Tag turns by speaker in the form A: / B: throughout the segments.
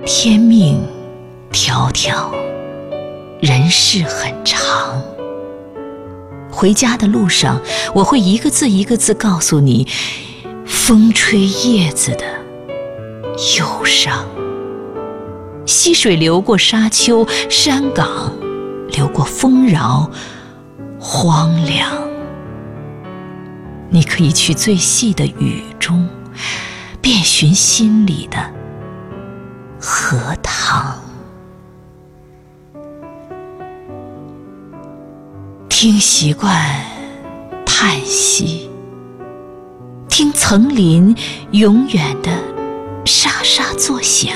A: 天命迢迢，人世很长。回家的路上，我会一个字一个字告诉你，风吹叶子的忧伤。溪水流过沙丘，山岗流过丰饶荒凉。你可以去最细的雨中，遍寻心里的荷塘。听习惯叹息，听层林永远的沙沙作响。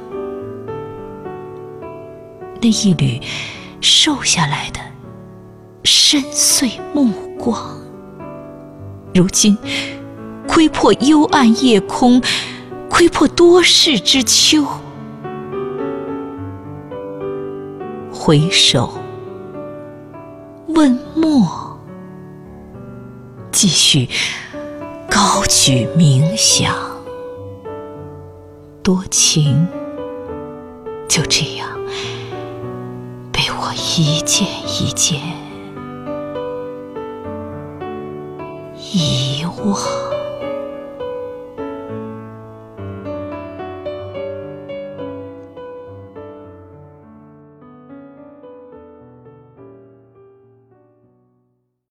A: 那一缕瘦下来的深邃目光，如今窥破幽暗夜空，窥破多事之秋。回首问墨，继续高举冥想。多情就这样被我一件一件遗忘。